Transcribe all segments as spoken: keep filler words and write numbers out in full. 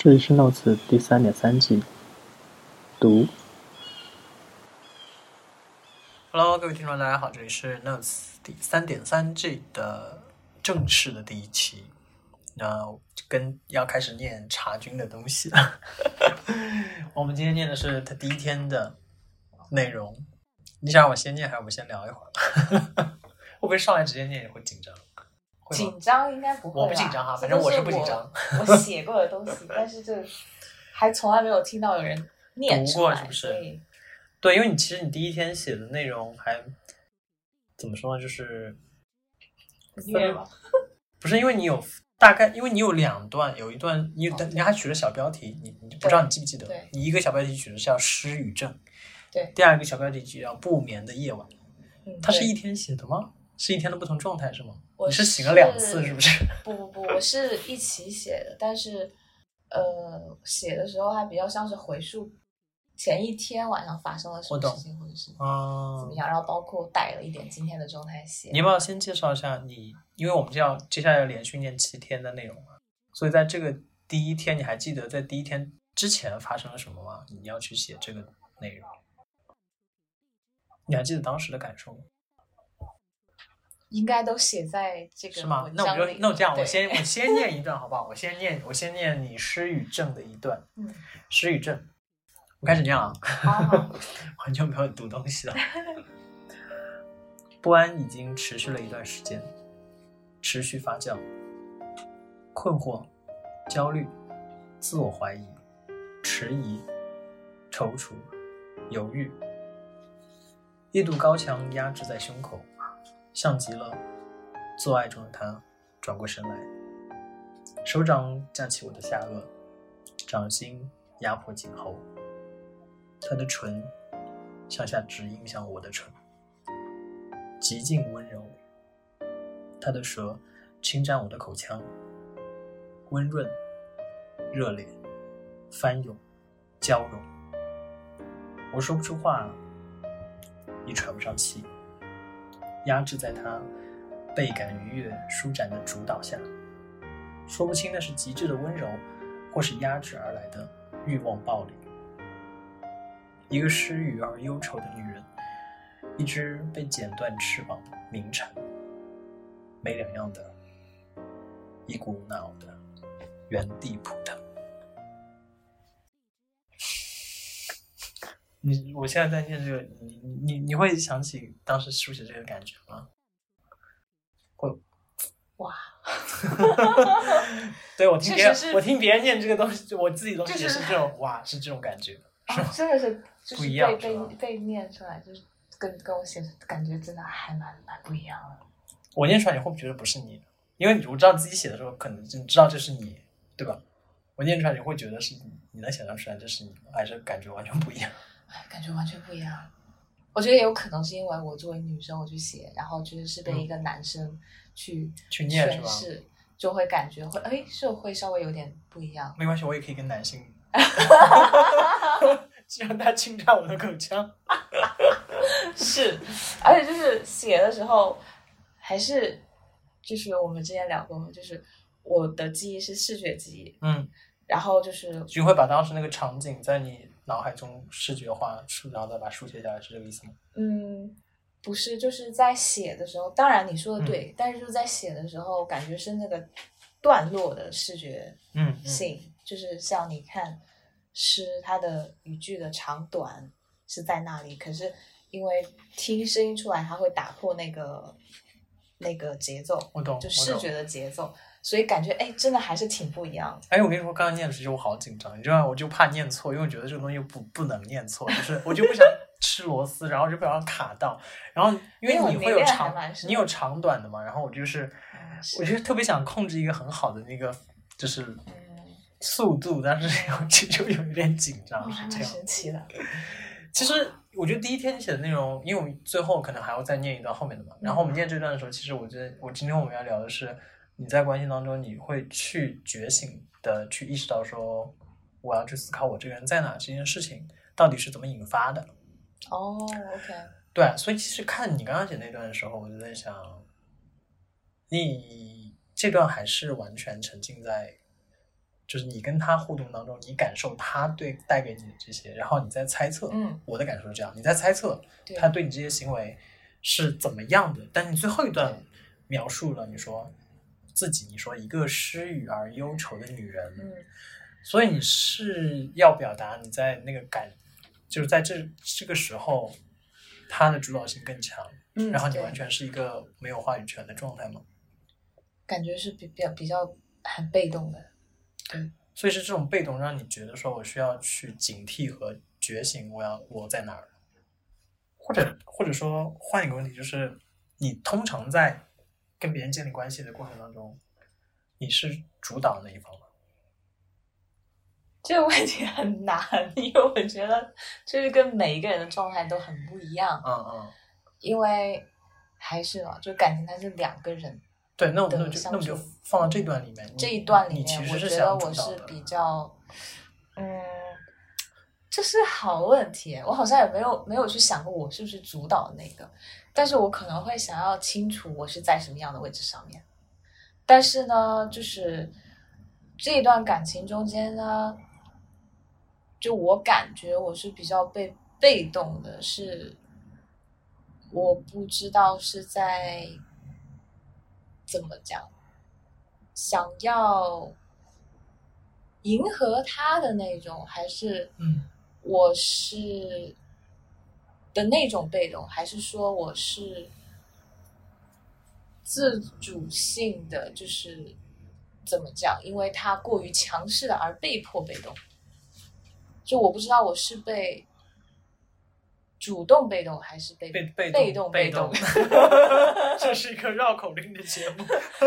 这里是 Notes 第三点三季读。 Hello， 各位听众，大家好，这里是 Notes 第三点三季的正式的第一期。那跟要开始念查君的东西了。我们今天念的是他第一天的内容。你想让我先念，还是我们先聊一会儿？会不会上来直接念也会紧张？ 紧张应该不会吧， 我不紧张哈，反正我是不紧张。 我, 我写过的东西，但是这还从来没有听到有人念读过，是不是？对，因为你其实你第一天写的内容还怎么说呢，就是虐吧？ 不是，因为你有大概，因为你有两段，有一段你、哦、你还取了小标题，你你不知道你记不记得？你一个小标题取的是叫失语症， 对， 第二个小标题叫不眠的夜晚。 嗯， 它是一天写的吗？是一天的不同状态是吗？你是醒了两次是不是？ 不不不，我是一起写的，但是呃，写的时候还比较像是回溯前一天晚上发生了什么事情，或者是怎么样，然后包括带了一点今天的状态写。 你要不要先介绍一下你？因为我们就要接下来要连续念七天的内容嘛，所以在这个第一天，你还记得在第一天之前发生了什么吗？你要去写这个内容，你还记得当时的感受吗？ 应该都写在这个是吗？那我就那我这样，我先我先念一段好不好？我先念我先念你失语症的一段。 嗯， 失语症，我开始念啊。 好， 完全没有读东西了。不安已经持续了一段时间，持续发酵，困惑、焦虑、自我怀疑、迟疑、踌躇、犹豫，一堵高墙压制在胸口，像极了做爱中的他转过身来，手掌架起我的下颚，掌心压迫颈后，他的唇向下直印向我的唇，极尽温柔，他的舌侵占我的口腔，温润、热烈、翻涌、交融，我说不出话，也喘不上气，压制在他倍感愉悦舒展的主导下，说不清的是极致的温柔，或是压制而来的欲望暴力。一个失语而忧愁的女人，一只被剪断翅膀的鸣蝉，没两样的一股脑的原地扑腾。你我现在在念这个，你你你会想起当时书写这个感觉吗？会。 哇！ 对，我听别人我听别人念这个东西，我自己东西也是这种、就是、哇，是这种感觉。 哦、真的是就是不一样被被被念出来，就是跟跟我写的感觉真的还蛮蛮不一样的。 我念出来你会不会觉得不是你？因为我知道自己写的时候，可能就知道这是你，对吧？我念出来你会觉得是你，你能想象出来这是你，还是感觉完全不一样？ 感觉完全不一样。我觉得也有可能是因为我作为女生我去写，然后就是是被一个男生去、 嗯、去念诠释，就会感觉会哎是会稍微有点不一样。 没关系，我也可以跟男性。只让他侵占我的口腔。 是，而且就是写的时候，还是就是我们之前聊过，就是我的记忆是视觉记忆， 嗯， 然后就是就会把当时那个场景在你脑海中视觉化，然后再把书写下来，是这个意思吗？ 嗯，不是，就是在写的时候，当然你说的对，嗯、但是就是在写的时候，感觉是那个段落的视觉性， 嗯嗯、 就是像你看诗，它的语句的长短是在那里，可是因为听声音出来，它会打破那个那个节奏， 我懂， 就视觉的节奏，所以感觉哎，真的还是挺不一样的。 哎，我跟你说，刚刚念的时候我好紧张，你知道，我就怕念错，因为我觉得这个东西不不能念错，就是我就不想吃螺丝，然后就不想卡到，然后因为你会有长，你有长短的嘛，然后我就是， 嗯、是我就特别想控制一个很好的那个就是速度，但是我就就有一点紧张，是这样。 神奇的。 其实我觉得第一天写的内容，因为我们最后可能还要再念一段后面的嘛，然后我们念这段的时候，其实我觉得我今天我们要聊的是你在关系当中你会去觉醒的去意识到说我要去思考我这个人在哪，这件事情到底是怎么引发的。 哦、oh, OK。 对，所以其实看你刚刚写那段的时候，我就在想你这段还是完全沉浸在就是你跟他互动当中，你感受他对带给你的这些，然后你再猜测。 嗯， 我的感受是这样，你在猜测他对你这些行为是怎么样的。但是你最后一段描述了，你说自己，你说一个失语而忧愁的女人， 嗯， 所以你是要表达你在那个感，就是在这这个时候，他的主导性更强， 嗯， 然后你完全是一个没有话语权的状态吗？ 感觉是比比较比较很被动的。对， 所以是这种被动让你觉得说我需要去警惕和觉醒，我要我在哪儿，或者或者说换一个问题，就是你通常在跟别人建立关系的过程当中，你是主导那一方吗？ 这个问题很难，因为我觉得就是跟每一个人的状态都很不一样。 嗯嗯， 因为还是嘛，就感情它是两个人。 对，那我们就那我们就放到这段里面。 这一段里面， 你其实是我觉得我是比较，嗯，这是好问题。我好像也没有没有去想过我是不是主导的那个，但是我可能会想要清楚我是在什么样的位置上面。但是呢，就是这一段感情中间呢，就我感觉我是比较被被动的，是我不知道是在。怎么讲？想要迎合他的那种，还是嗯， 我是的那种被动，还是说我是自主性的？就是怎么讲？因为他过于强势了而被迫被动。就我不知道我是被主动被动还是被被被动被动被动， 被动这是一个绕口令的节目。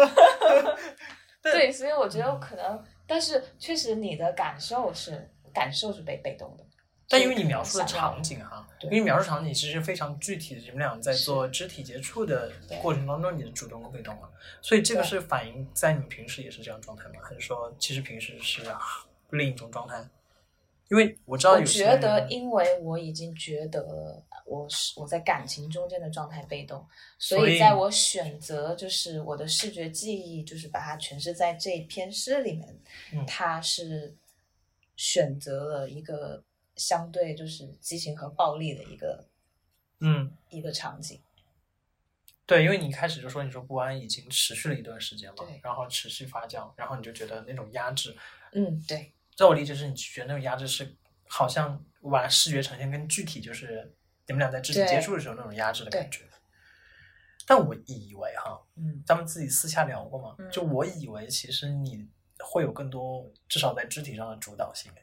对，所以我觉得可能，但是确实你的感受是感受是被被动的。 但因为你描述的场景哈，因为描述场景其实非常具体的，你们俩在做肢体接触的过程当中，你的主动和被动了，所以这个是反映在你平时也是这样状态吗？还是说其实平时是另一种状态？因为我知道有些人， 我觉得因为我已经觉得我是我在感情中间的状态被动，所以在我选择就是我的视觉记忆就是把它诠释在这篇诗里面， 嗯， 它是选择了一个相对就是激情和暴力的一个嗯一个场景。 对，因为你一开始就说你说不安已经持续了一段时间嘛， 对， 然后持续发酵，然后你就觉得那种压制， 嗯，对。 在我理解是，你觉得那种压制是好像把视觉呈现跟具体，就是你们俩在肢体接触的时候那种压制的感觉。但我以为哈， 嗯， 咱们自己私下聊过嘛， 嗯、 就我以为其实你会有更多，至少在肢体上的主导性。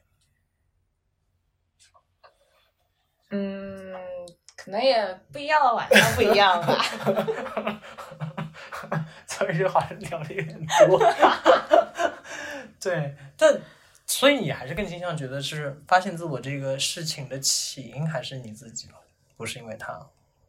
嗯，可能也不一样的晚上不一样吧。 所以就好像聊的有点多。对，但。所以你还是更倾向觉得是发现自我这个事情的起因还是你自己了，不是因为他？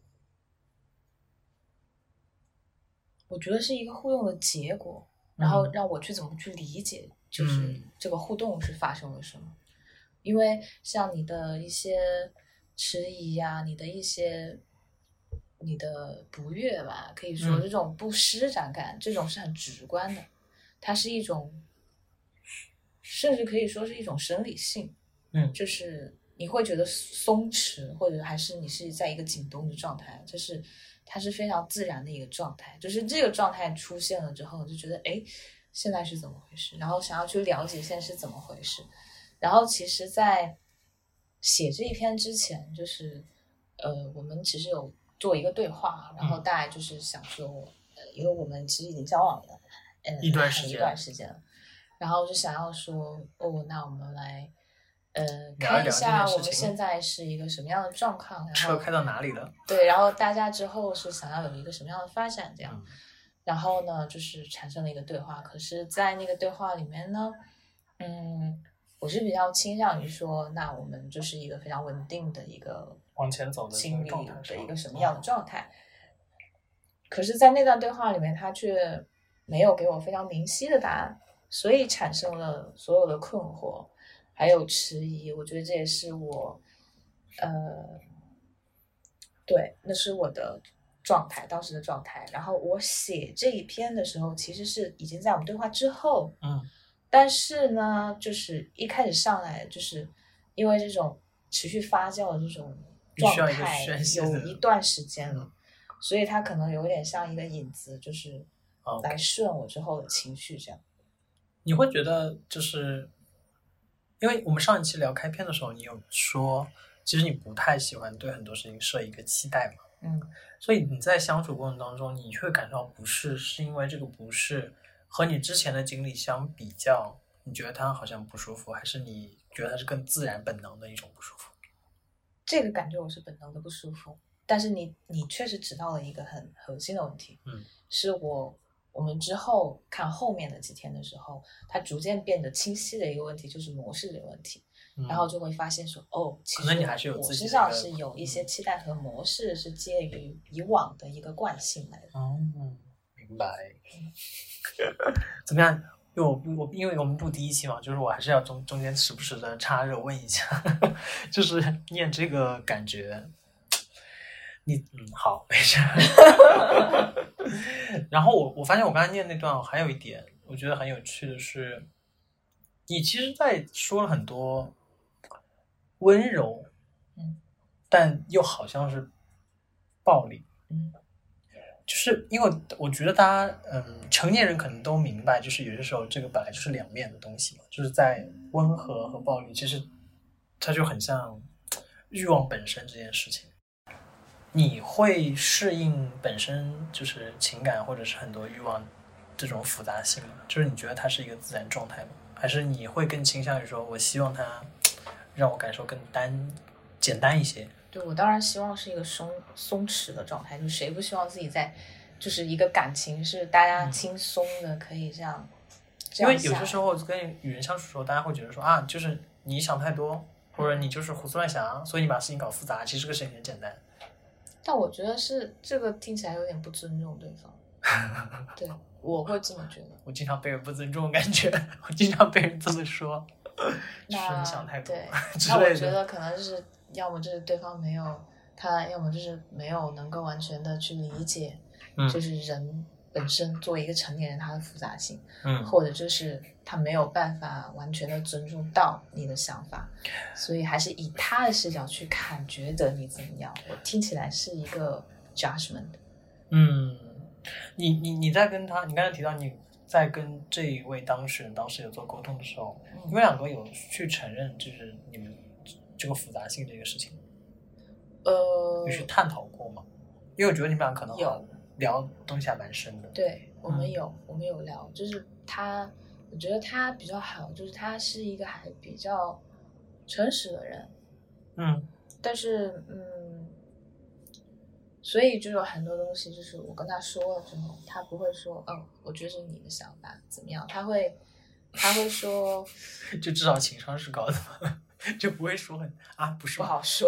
我觉得是一个互动的结果，然后让我去怎么去理解，就是这个互动是发生了什么。嗯、因为像你的一些迟疑呀、啊，你的一些你的不悦吧，可以说这种不施展感，嗯、这种是很直观的，它是一种。甚至可以说是一种生理性， 嗯， 就是你会觉得松弛，或者还是你是在一个紧绷的状态，就是它是非常自然的一个状态，就是这个状态出现了之后，就觉得哎，现在是怎么回事？然后想要去了解现在是怎么回事。然后其实，在写这一篇之前，就是呃，我们其实有做一个对话，然后大概就是想说，呃，因为我们其实已经交往了，呃， 一段时间， 一段时间了。然后就想要说，哦，那我们来，呃，看一下我们现在是一个什么样的状况，然后车开到哪里了？ 对，然后大家之后是想要有一个什么样的发展，这样。 嗯、 然后呢，就是产生了一个对话。可是，在那个对话里面呢，嗯，我是比较倾向于说，那我们就是一个非常稳定的一个往前走的心理的一个什么样的状态。可是，在那段对话里面，他却没有给我非常明晰的答案。所以产生了所有的困惑，还有迟疑。我觉得这也是我，呃，对，那是我的状态，当时的状态。然后我写这一篇的时候，其实是已经在我们对话之后， 嗯， 但是呢，就是一开始上来，就是因为这种持续发酵的这种状态有一段时间了，所以它可能有点像一个引子，就是来顺我之后的情绪这样。 你会觉得就是因为我们上一期聊开篇的时候，你有说其实你不太喜欢对很多事情设一个期待嘛？ 嗯， 所以你在相处过程当中，你会感到不适，是因为这个不适和你之前的经历相比较，你觉得它好像不舒服，还是你觉得它是更自然本能的一种不舒服？ 这个感觉我是本能的不舒服，但是你你确实指到了一个很核心的问题， 嗯， 是我我们之后看后面的几天的时候，它逐渐变得清晰的一个问题，就是模式的问题。 嗯、 然后就会发现说，哦，其实我身上是有一些期待和模式是介于以往的一个惯性来的。 哦，明白。怎么样？因为我我因为我们录第一期嘛，就是我还是要中中间时不时的插着问一下，就是念这个感觉，你嗯好没事。然后我我发现我刚才念那段还有一点我觉得很有趣的是，你其实在说了很多温柔， 嗯， 但又好像是暴力， 嗯， 就是因为我觉得大家嗯成年人可能都明白，就是有些时候这个本来就是两面的东西嘛，就是在温和和暴力其实它就很像欲望本身这件事情。你会适应本身就是情感或者是很多欲望这种复杂性吗？就是你觉得它是一个自然状态吗？还是你会更倾向于说我希望它让我感受更单简单一些？ 对，我当然希望是一个松松弛的状态，就谁不希望自己在就是一个感情是大家轻松的，嗯、可以这样。 因为有些时候跟与人相处的时候，大家会觉得说啊，就是你想太多，或者你就是胡思乱想，所以你把事情搞复杂。其实这个事情很简单。 但我觉得是这个听起来有点不尊重对方。对，我会这么觉得。 我经常被人不尊重，感觉我经常被人这么说。 那你想太多对，那我觉得可能是要么就是对方没有他，要么就是没有能够完全的去理解， 嗯、 就是人本身作为一个成年人他的复杂性， 嗯， 或者就是他没有办法完全的尊重到你的想法，所以还是以他的视角去看，觉得你怎么样。我听起来是一个 judgment。 嗯，你你你在跟他，你刚才提到你在跟这一位当事人当时有做沟通的时候， 嗯、 你们两个有去承认就是你们这个复杂性这个事情， 呃， 有去探讨过吗？因为我觉得你们俩可能有聊东西还蛮深的。 对，我们有、嗯、我们有聊，就是他，我觉得他比较好，就是他是一个还比较诚实的人， 嗯， 但是嗯，所以就有很多东西，就是我跟他说了之后，他不会说，哦，我觉得是你的想法怎么样，他会他会说， 就至少情商是高的嘛，就不会说很啊，不是不好说，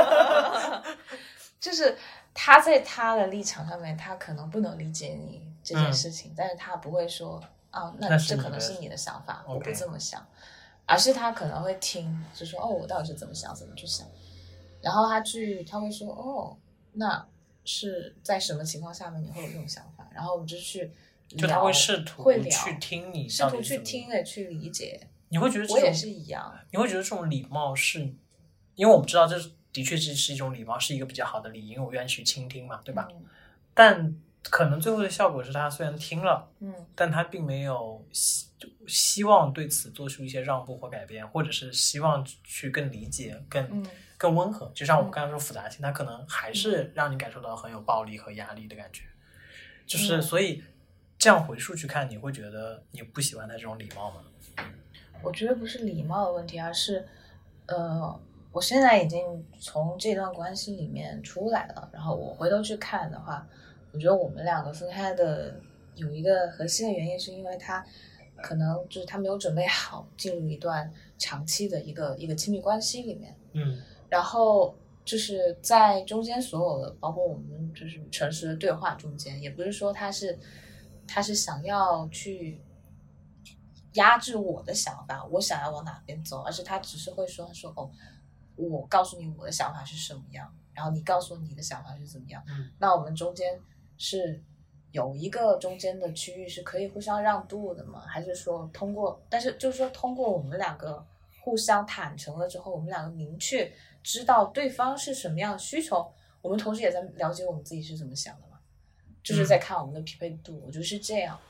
就是他在他的立场上面，他可能不能理解你这件事情，嗯、但是他不会说啊，那这可能是你的想法，我不这么想，而是他可能会听，就说哦，我到底是怎么想，怎么去想，然后他去他会说哦，那是在什么情况下面你会有这种想法，然后我们就去就他会试图会聊去听你， 试图去听也去理解。 你会觉得我也是一样， 你会觉得这种礼貌是，因为我们知道这的确是是一种礼貌，是一个比较好的礼仪，因为我愿意去倾听嘛，对吧？ 嗯、 但可能最后的效果是他虽然听了， 嗯， 但他并没有希希望对此做出一些让步或改变，或者是希望去更理解、更、嗯、更温和。就像我们刚才说复杂性，他可能还是让你感受到很有暴力和压力的感觉。就是、嗯、所以这样回溯去看，你会觉得你不喜欢他这种礼貌吗？ 我觉得不是礼貌的问题，而是呃，我现在已经从这段关系里面出来了，然后我回头去看的话，我觉得我们两个分开的有一个核心的原因，是因为他可能就是他没有准备好进入一段长期的一个一个亲密关系里面， 嗯， 然后就是在中间所有的，包括我们就是诚实的对话中间，也不是说他是他是想要去压制我的想法，我想要往哪边走，而是他只是会说他说哦，我告诉你我的想法是什么样，然后你告诉我你的想法是怎么样， 嗯， 那我们中间是有一个中间的区域是可以互相让渡的吗？还是说通过，但是就是说通过我们两个互相坦诚了之后，我们两个明确知道对方是什么样的需求，我们同时也在了解我们自己是怎么想的嘛，就是在看我们的匹配度、嗯、我觉得是这样。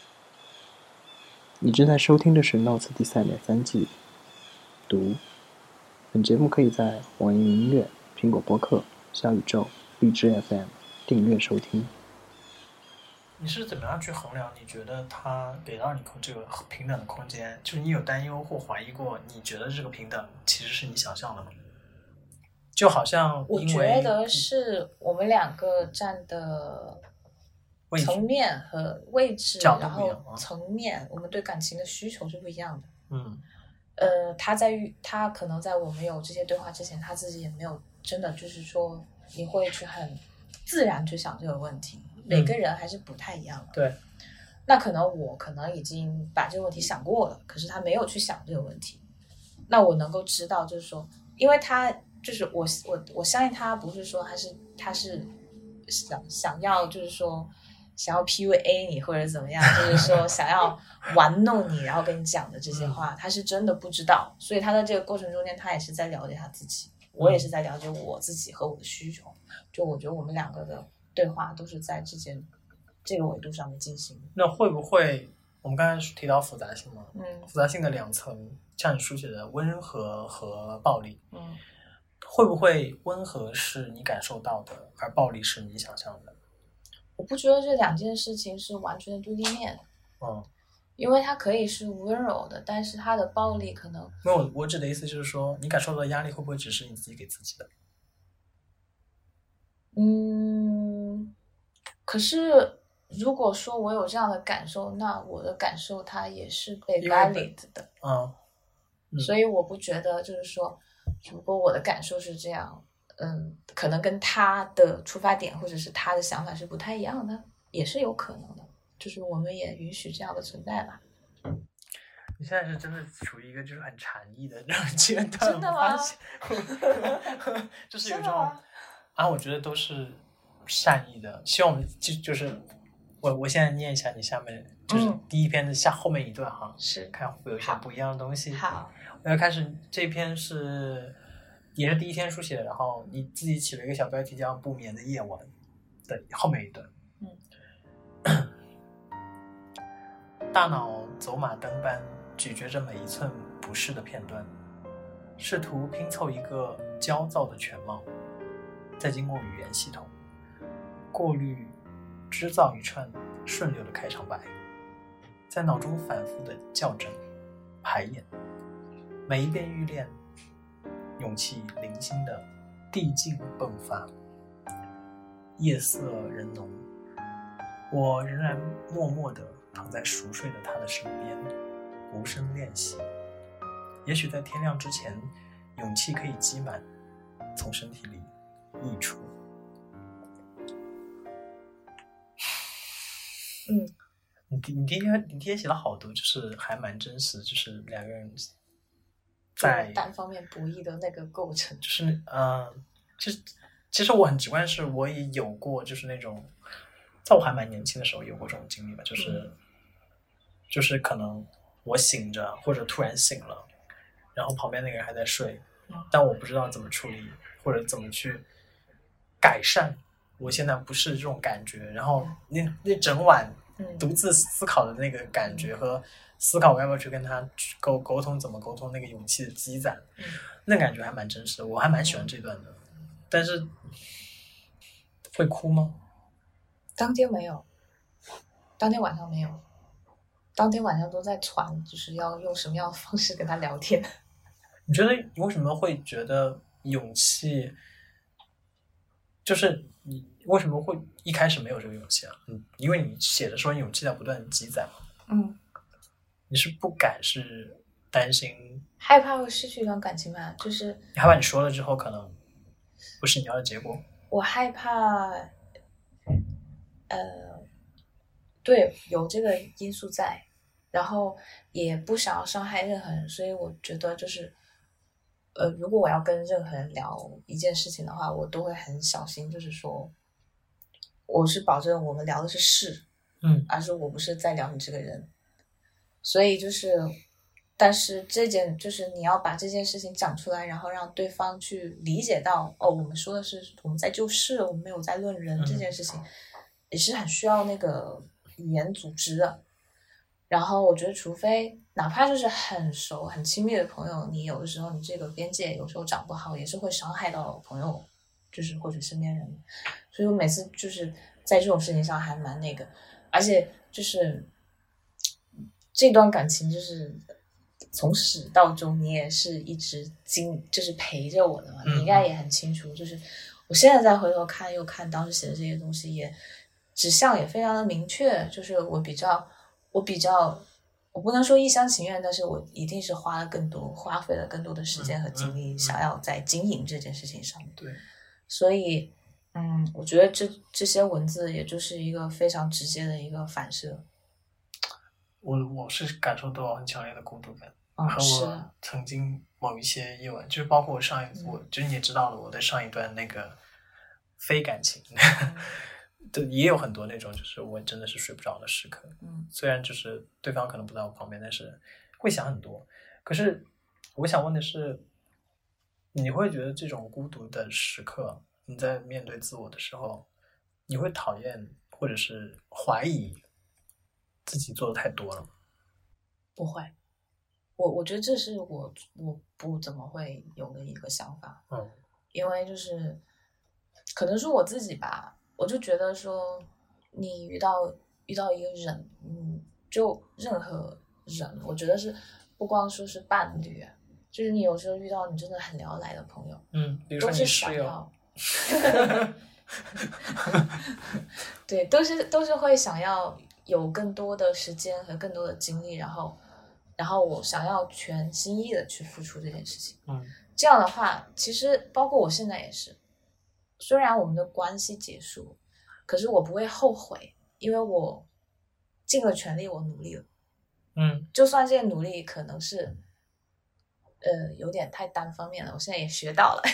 你正在收听的是 Notes 第三点三季读，本节目可以在网易云音乐、苹果播客、小宇宙、荔枝 F M 订阅收听。 你是怎么样去衡量？你觉得他给到你这个平等的空间，就是你有担忧或怀疑过？你觉得这个平等其实是你想象的吗？就好像我觉得是我们两个站的层面和位置，然后层面我们对感情的需求是不一样的。 嗯， 呃，他在他可能在我们有这些对话之前，他自己也没有真的就是说你会去很自然去想这个问题。每个人还是不太一样的、 嗯、对， 那可能我可能已经把这个问题想过了，可是他没有去想这个问题。那我能够知道，就是说，因为他就是我我我相信他不是说他是他是想想要就是说想要 P U A 你或者怎么样，就是说想要玩弄你，然后跟你讲的这些话，他是真的不知道。所以他在这个过程中间，他也是在了解他自己，我也是在了解我自己和我的需求。就我觉得我们两个的对话都是在之间这个维度上面进行。 那会不会我们刚才提到复杂性嘛？ 嗯， 复杂性的两层，像你书写的温和和暴力， 嗯， 会不会温和是你感受到的，而暴力是你想象的？ 我不觉得这两件事情是完全的对立面。 嗯， 因为它可以是温柔的，但是它的暴力可能…… 没有，我指的意思就是说，你感受到的压力会不会只是你自己给自己的？ 嗯，可是如果说我有这样的感受，那我的感受它也是被 valid 的。 嗯，嗯， 所以我不觉得就是说，如果我的感受是这样，嗯，可能跟他的出发点或者是他的想法是不太一样的，也是有可能的。就是我们也允许这样的存在吧。 你现在是真的处于一个就是很禅意的这种阶段， 真的吗？ 就是有一种啊，我觉得都是善意的。希望我们就就是我我现在念一下你下面就是第一篇的下后面一段哈， 是、 嗯、看会不会有一些不一样的东西。 好， 我要开始这篇是也是第一天书写的，然后你自己起了一个小标题叫《不眠的夜晚》的后面一段。 嗯， 大脑走马灯般咀嚼着每一寸不适的片段，试图拼凑一个焦躁的全貌，再经过语言系统过滤，织造一串顺溜的开场白，在脑中反复的校正排演，每一遍欲练，勇气零星的递进迸发。夜色仍浓，我仍然默默地躺在熟睡的他的身边，无声练习。也许在天亮之前，勇气可以积满，从身体里溢出。 嗯， 你你今天你今天写了好多，就是还蛮真实，就是两个人在单方面博弈的那个构成， 就是嗯、呃，其实其实我很直观，是我也有过，就是那种。在我还蛮年轻的时候有过这种经历吧，就是、嗯、就是可能我醒着或者突然醒了，然后旁边那个人还在睡，但我不知道怎么处理或者怎么去改善我现在不是这种感觉，然后那那整晚独自思考的那个感觉和思考我要不要去跟他沟沟通怎么沟通那个勇气的积攒，那感觉还蛮真实的，我还蛮喜欢这段的。但是会哭吗？ 当天没有，当天晚上没有，当天晚上都在传，就是要用什么样的方式跟他聊天。 你觉得你为什么会觉得勇气，就是你为什么会一开始没有这个勇气啊？嗯，因为你写的时候勇气在不断积攒嘛。 嗯， 你是不敢，是担心害怕会失去一段感情吧？就是你害怕你说了之后可能不是你要的结果。 我害怕。呃，对，有这个因素在，然后也不想要伤害任何人，所以我觉得就是，呃，如果我要跟任何人聊一件事情的话，我都会很小心，就是说， 我是保证我们聊的是事， 嗯， 而是我不是在聊你这个人。所以就是，但是这件就是你要把这件事情讲出来，然后让对方去理解到，哦，我们说的是我们在就事，我们没有在论人， 嗯、 这件事情也是很需要那个语言组织的。然后我觉得，除非哪怕就是很熟、很亲密的朋友，你有的时候你这个边界有时候掌不好，也是会伤害到朋友，就是或者身边人。所以我每次就是在这种事情上还蛮那个，而且就是这段感情就是从始到终，你也是一直经就是陪着我的嘛， 嗯、 你应该也很清楚。就是我现在再回头看，又看当时写的这些东西，也指向也非常的明确，就是我比较。我比较，我不能说一厢情愿，但是我一定是花了更多，花费了更多的时间和精力，想要在经营这件事情上面。 对， 所以，嗯，我觉得这这些文字也就是一个非常直接的一个反射。 我我是感受到很强烈的孤独感， 嗯、 和我曾经某一些夜晚，就是包括我上一，嗯、我就是你也知道了，我的上一段那个非感情。嗯对，也有很多那种，就是我真的是睡不着的时刻。 嗯， 虽然就是对方可能不在我旁边，但是会想很多。可是我想问的是，你会觉得这种孤独的时刻，你在面对自我的时候，你会讨厌或者是怀疑自己做的太多了吗？ 不会，我我觉得这是我我不怎么会有的一个想法。 嗯， 因为就是可能是我自己吧。我就觉得说，你遇到遇到一个人，嗯，就任何人，我觉得是不光说是伴侣，就是你有时候遇到你真的很聊得来的朋友， 嗯，比如说你室友， 对，都是都是会想要有更多的时间和更多的精力，然后然后我想要全心意的去付出这件事情。 嗯， 这样的话，其实包括我现在也是。虽然我们的关系结束，可是我不会后悔，因为我尽了全力，我努力了。 嗯， 就算这些努力可能是，呃，有点太单方面了，我现在也学到了，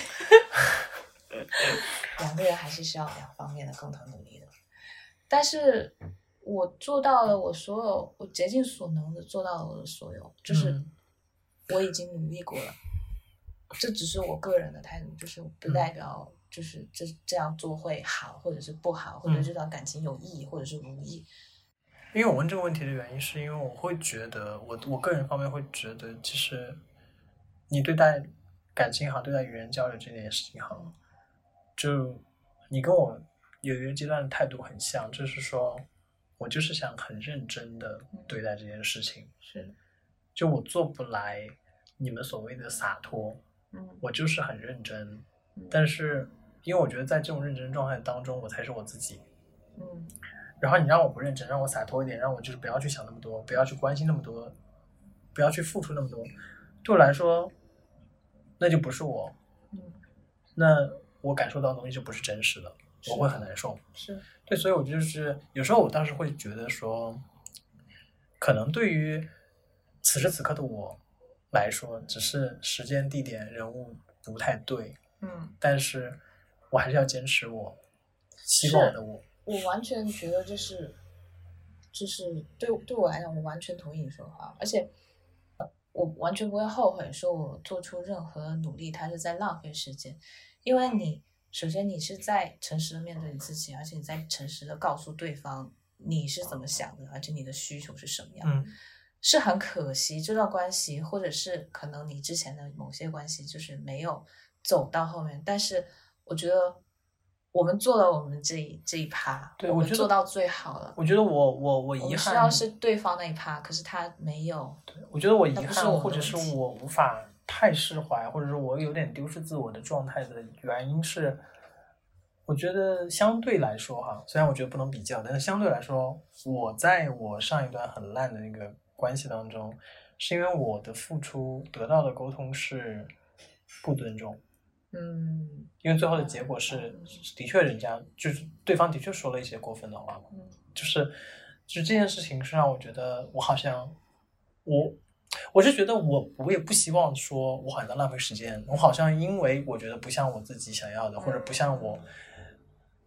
两个人还是需要两方面的共同努力的。但是我做到了我所有，我竭尽所能的做到了我的所有，就是我已经努力过了。嗯、这只是我个人的态度，就是不代表。就是这这样做会好，或者是不好，或者这段感情有意义，嗯、或者是无意。 因为我问这个问题的原因，是因为我会觉得，我我个人方面会觉得，其实你对待感情好，对待与人交流这件事情好，就你跟我有一个阶段的态度很像，就是说我就是想很认真的对待这件事情， 嗯、是， 就我做不来你们所谓的洒脱， 嗯， 我就是很认真，嗯、但是。因为我觉得在这种认真状态当中，我才是我自己。 嗯， 然后你让我不认真，让我洒脱一点，让我就是不要去想那么多，不要去关心那么多，不要去付出那么多，对我来说，那就不是我。 嗯， 那我感受到的东西就不是真实的，我会很难受。 是， 对，所以我就是有时候我当时会觉得说，可能对于此时此刻的我来说，只是时间、地点、人物不太对。 嗯， 但是。我还是要坚持我希望的我。 我完全觉得这是，就是对对我来讲，我完全同意你说的话，而且我完全不会后悔说我做出任何努力，它是在浪费时间，因为你首先你是在诚实的面对你自己，而且你在诚实的告诉对方你是怎么想的，而且你的需求是什么样的。 嗯， 是很可惜这段关系，或者是可能你之前的某些关系就是没有走到后面，但是。我觉得我们做了我们这一这一趴， 对， 我们做到最好了。 我觉得我我我遗憾， 需要是对方那一趴，可是他没有。 对，我觉得我遗憾， 我或者是我无法太释怀，或者是我有点丢失自我的状态的原因是，我觉得相对来说哈，虽然我觉得不能比较，但是相对来说，我在我上一段很烂的那个关系当中，是因为我的付出得到的沟通是不尊重。 嗯， 因为最后的结果是，的确人家就是对方的确说了一些过分的话嘛， 嗯， 就是就是这件事情是让我觉得我好像我我是觉得我我也不希望说我好像在浪费时间，我好像因为我觉得不像我自己想要的，或者不像我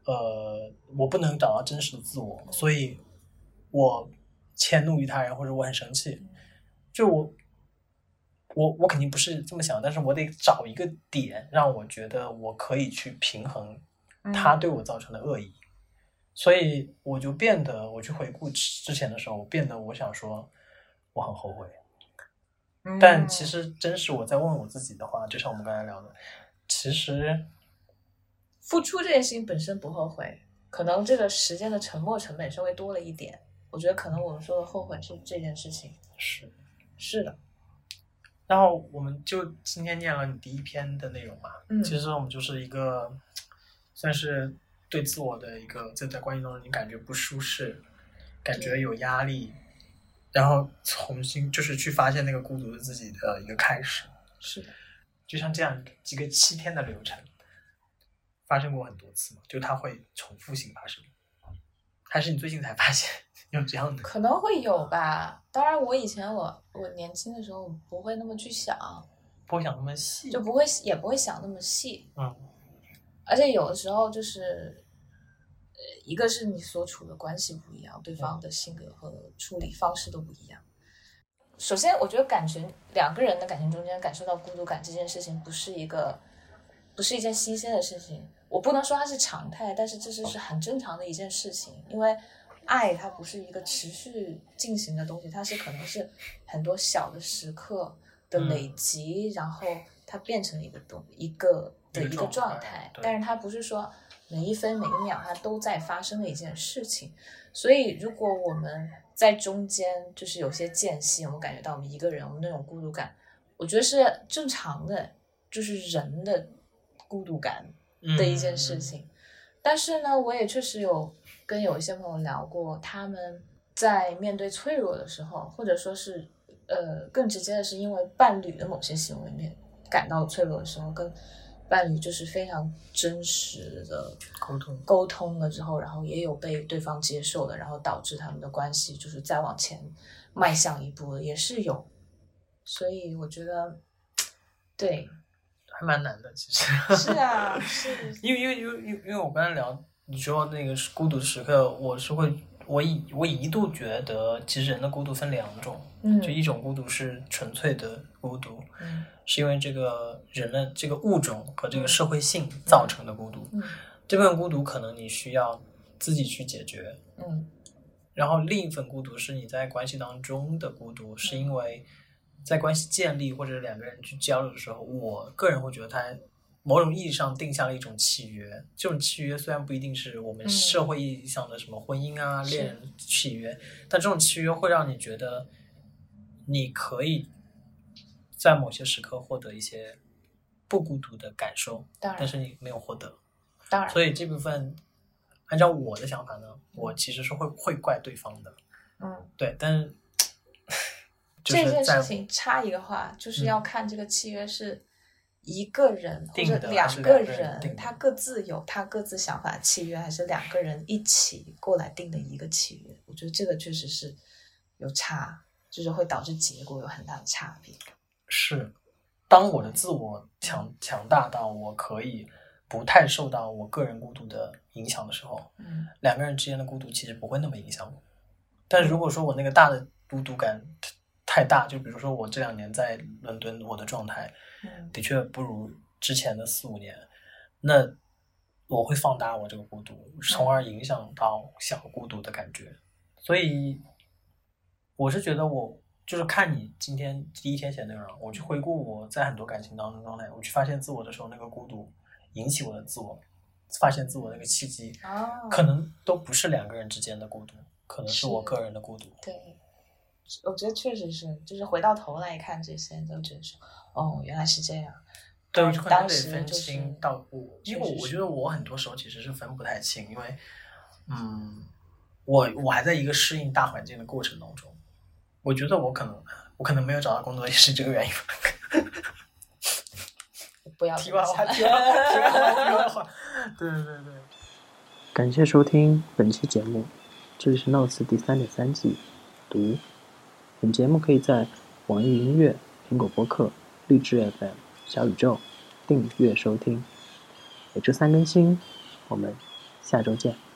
呃，我不能找到真实的自我，所以我迁怒于他人，或者我很生气，就我我我肯定不是这么想，但是我得找一个点让我觉得我可以去平衡他对我造成的恶意，嗯、所以我就变得，我去回顾之前的时候，我变得我想说我很后悔，嗯、但其实真是我在问我自己的话，就像我们刚才聊的，其实付出这件事情本身不后悔，可能这个时间的沉没成本稍微多了一点，我觉得可能我们说的后悔是这件事情， 是是的。 然后我们就今天念了你第一篇的内容嘛，嗯，其实我们就是一个算是对自我的一个在在关系中你感觉不舒适，感觉有压力，然后重新就是去发现那个孤独的自己的一个开始。 是的， 就像这样几个七天的流程发生过很多次嘛，就它会重复性发生，还是你最近才发现有这样的？ 可能会有吧。当然我以前我我年轻的时候不会那么去想， 不会想那么细， 就不会也不会想那么细。 嗯， 而且有的时候就是呃，一个是你所处的关系不一样，对方的性格和处理方式都不一样。首先我觉得感情两个人的感情中间感受到孤独感这件事情不是一个不是一件新鲜的事情，我不能说它是常态，但是这是很正常的一件事情。因为爱它不是一个持续进行的东西，它是可能是很多小的时刻的累积，嗯、然后它变成一个东一个的一个状态，但是它不是说每一分每一秒它都在发生的一件事情。所以如果我们在中间就是有些间隙，我们感觉到我们一个人我们那种孤独感，我觉得是正常的，就是人的孤独感的一件事情。嗯、但是呢，我也确实有跟有一些朋友聊过，他们在面对脆弱的时候，或者说是呃更直接的是因为伴侣的某些行为面感到脆弱的时候，跟伴侣就是非常真实的沟通沟通了之后，然后也有被对方接受的，然后导致他们的关系就是再往前迈向一步的，也是有。所以我觉得对还蛮难的，其实是啊，是因为因为因为因为我刚才聊你说那个孤独的时刻，我是会我一我一度觉得其实人的孤独分两种，嗯，就一种孤独是纯粹的孤独，嗯，是因为这个人的这个物种和这个社会性造成的孤独，嗯，这份孤独可能你需要自己去解决，嗯，然后另一份孤独是你在关系当中的孤独，是因为在关系建立或者两个人去交流的时候，我个人会觉得它某种意义上定下了一种契约，这种契约虽然不一定是我们社会意义上的什么婚姻啊、嗯、恋人契约，但这种契约会让你觉得你可以在某些时刻获得一些不孤独的感受，但是你没有获得， 当然， 所以这部分按照我的想法呢，我其实是会会怪对方的，嗯，对，但是、就是、 这件事情插一个话，就是要看这个契约是一个人、嗯、或者两个人他各自有他各自想法的契约，还是两个人一起过来定的一个契约，我觉得这个确实是有差，就是会导致结果有很大的差别。 是，当我的自我强强大到我可以不太受到我个人孤独的影响的时候，嗯，两个人之间的孤独其实不会那么影响我。但是如果说我那个大的孤独感太大，就比如说我这两年在伦敦，我的状态的确不如之前的四五年，那我会放大我这个孤独，从而影响到小孤独的感觉。所以我是觉得我就是看你今天第一天写内容，我去回顾我在很多感情当中状态，我去发现自我的时候，那个孤独引起我的自我发现自我那个契机，哦，可能都不是两个人之间的孤独，可能是我个人的孤独。 对，我觉得确实是，就是回到头来看这些，都觉得说，哦，原来是这样。 对，我就可能得分清到我，因为我觉得我很多时候其实是分不太清，因为，嗯，我我还在一个适应大环境的过程当中，我觉得我可能我可能没有找到工作也是这个原因。 不要题外话，题外话，题外话，题外话。对对对对。 感谢收听本期节目，这里是 Notes 第三点三季读。本节目可以在网易音乐、苹果播客、荔枝 F M、小宇宙订阅收听，每周三更新。我们下周见。